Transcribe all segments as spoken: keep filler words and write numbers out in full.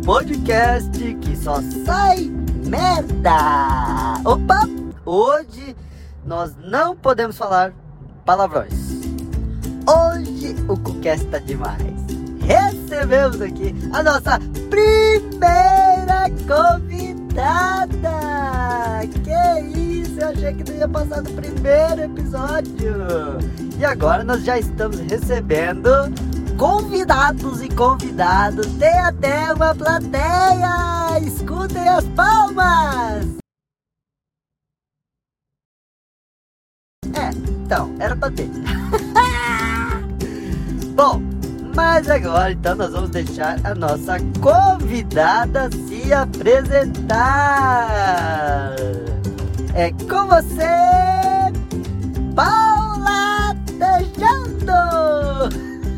podcast que só sai merda. Opa, hoje nós não podemos falar palavrões. Hoje o Cucast tá demais. Recebemos aqui a nossa primeira convidada. Que isso, eu achei que não ia passar do primeiro episódio. E agora nós já estamos recebendo convidados e convidadas. Tem até uma plateia. Escutem as palmas. É, então, era pra ter. Bom, mas agora então nós vamos deixar a nossa convidada se apresentar. É com você, Paula Tejando.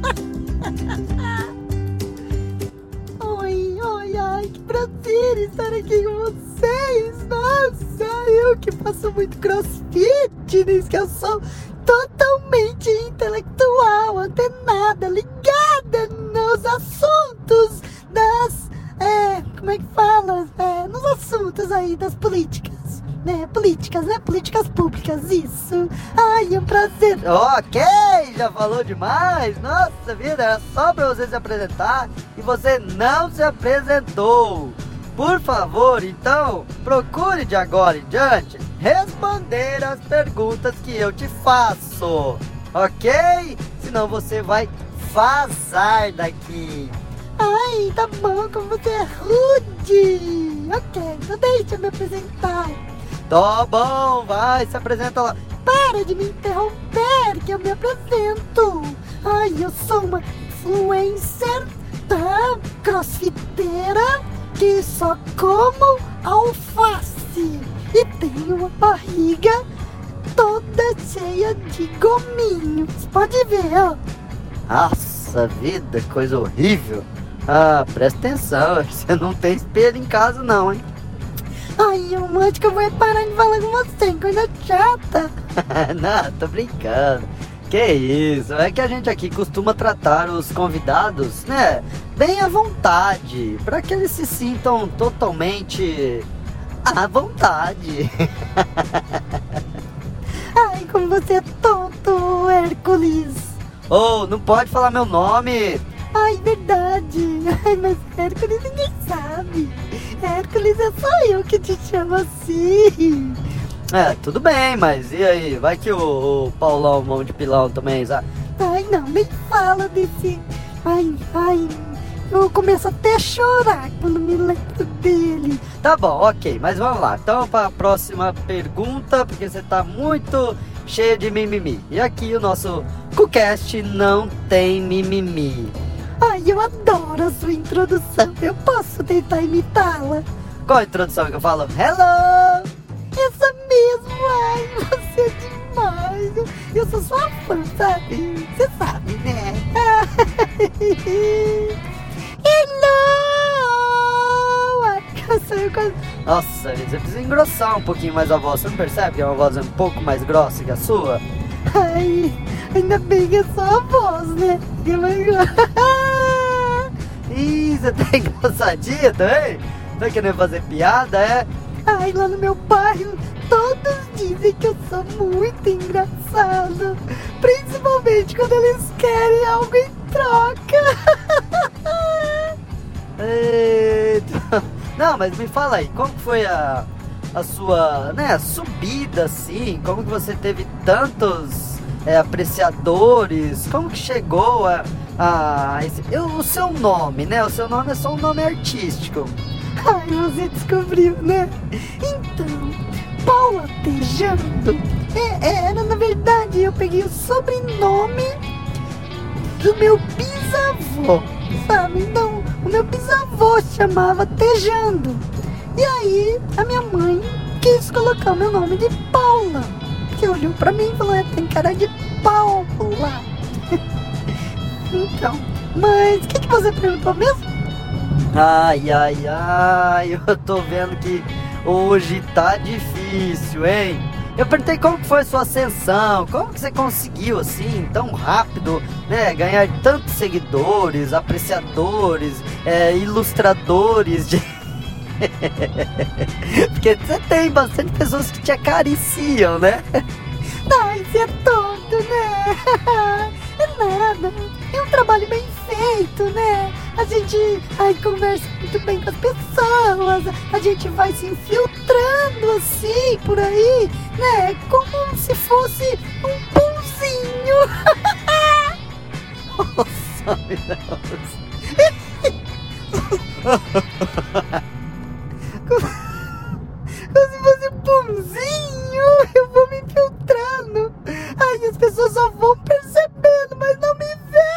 Oi, oi, ai, que prazer estar aqui com vocês. Nossa, eu que faço muito crossfitness, que eu sou totalmente intelectual, antenada, ligada nos assuntos das, é, como é que fala? É, nos assuntos aí das políticas, né? Políticas, né? Políticas públicas, isso. Ai, é um prazer. Ok, já falou demais. Nossa vida, era só pra você se apresentar e você não se apresentou. Por favor, então, procure de agora em diante responder as perguntas que eu te faço, ok? Senão você vai vazar daqui. Ai, tá bom, como você é rude. Ok, então deixa eu me apresentar. Tá bom, vai, se apresenta lá. Para de me interromper, que eu me apresento. Ai, eu sou uma influencer, tá? Crossfiteira, que só como alface e tenho uma barriga toda cheia de gominhos. Pode ver, ó. Nossa vida, coisa horrível. Ah, presta atenção, você não tem espelho em casa não, hein? Ai, eu acho que eu vou parar de falar com você, coisa chata. Não, tô brincando. Que isso, é que a gente aqui costuma tratar os convidados, né, bem à vontade, para que eles se sintam totalmente à vontade. Ai, como você é tonto, Hércules. Oh, não pode falar meu nome. Ai, verdade. Ai, mas Hércules ninguém sabe. Hércules é só eu que te chamo assim. É, tudo bem, mas e aí? Vai que o, o Paulão, mão de pilão também, sabe? Ai, não, nem fala desse... Ai, ai, eu começo até a chorar quando me lembro dele. Tá bom, ok, mas vamos lá. Então, para a próxima pergunta, porque você tá muito cheio de mimimi. E aqui o nosso Cucast não tem mimimi. Ai, eu adoro a sua introdução. Eu posso tentar imitá-la? Qual a introdução que eu falo? Hello! Essa mesmo, ai, você é demais. Eu, eu sou sua fã, sabe? Você sabe, né? Hello! Ai, eu sou quase... Nossa, você precisa engrossar um pouquinho mais a voz. Você não percebe que é uma voz um pouco mais grossa que a sua? Ai, ainda bem que é só a voz, né? Que é mais grossa. Ih, você tá engraçadinha também? Tá querendo fazer piada, é? Ai, lá no meu bairro, todos dizem que eu sou muito engraçada. Principalmente quando eles querem algo em troca. Eita. Não, mas me fala aí, como foi a, a sua, né, subida assim? Como que você teve tantos é, apreciadores? Como que chegou a, a esse, eu, o seu nome, né? O seu nome é só um nome artístico. Ai, você descobriu, né? Então, Paula Tejando é, é, era, na verdade, eu peguei o sobrenome do meu bisavô, sabe? Então, o meu bisavô chamava Tejando. E aí, a minha mãe quis colocar o meu nome de Paula, que olhou pra mim e falou, é, tem cara de Paula. Então, mas o que, que você perguntou mesmo? Ai, ai, ai, eu tô vendo que hoje tá difícil, hein? Eu perguntei como que foi a sua ascensão, como que você conseguiu assim, tão rápido, né, ganhar tantos seguidores, apreciadores, é, ilustradores de... Porque você tem bastante pessoas que te acariciam, né? Ai, você é tonto, né? É nada, é um trabalho bem feito, né? A gente ai, conversa muito bem com as pessoas, a gente vai se infiltrando assim por aí, né? Como se fosse um pãozinho. Nossa, meu Deus. Como se fosse um pãozinho, eu vou me infiltrando. Ai, as pessoas só vão percebendo, mas não me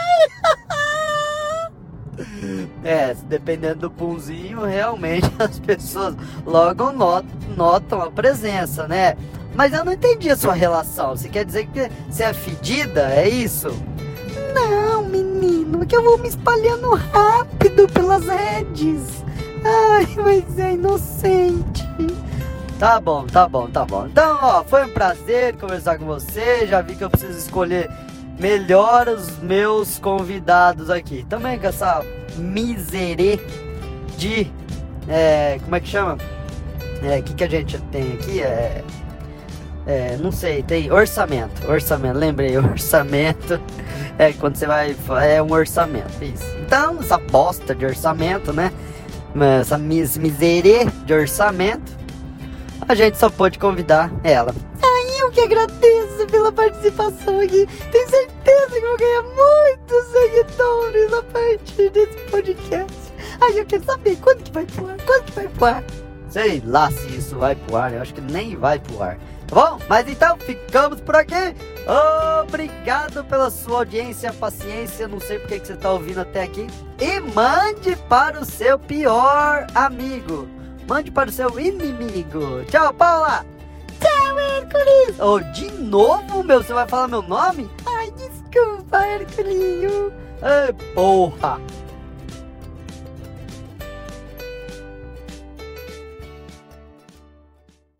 veem. É, dependendo do pãozinho, realmente as pessoas logo not- notam a presença, né? Mas eu não entendi a sua relação. Você quer dizer que você é fedida? É isso? Não, menino, que eu vou me espalhando rápido pelas redes. Ai, mas é inocente. Tá bom, tá bom, tá bom. Então, ó, foi um prazer conversar com você. Já vi que eu preciso escolher melhor os meus convidados aqui. Também com essa miserê de... É, como é que chama? É, o que, que a gente tem aqui? É... É, não sei, tem orçamento, orçamento, lembrei, orçamento, é quando você vai, é um orçamento, isso. Então, essa bosta de orçamento, né, essa mis, miséria de orçamento, a gente só pode convidar ela. Ai, eu que agradeço pela participação aqui, tenho certeza que vou ganhar muitos seguidores a partir desse podcast. Ai, eu quero saber, quando que vai pro ar, quando que vai pro ar? Sei lá se isso vai pro ar, eu acho que nem vai pro ar. Tá bom? Mas então, ficamos por aqui. Obrigado pela sua audiência, paciência. Não sei porque que você está ouvindo até aqui. E mande para o seu pior amigo. Mande para o seu inimigo. Tchau, Paula. Tchau, Hércules. Oh, de novo, meu? Você vai falar meu nome? Ai, desculpa, Hérculinho. Ei, porra.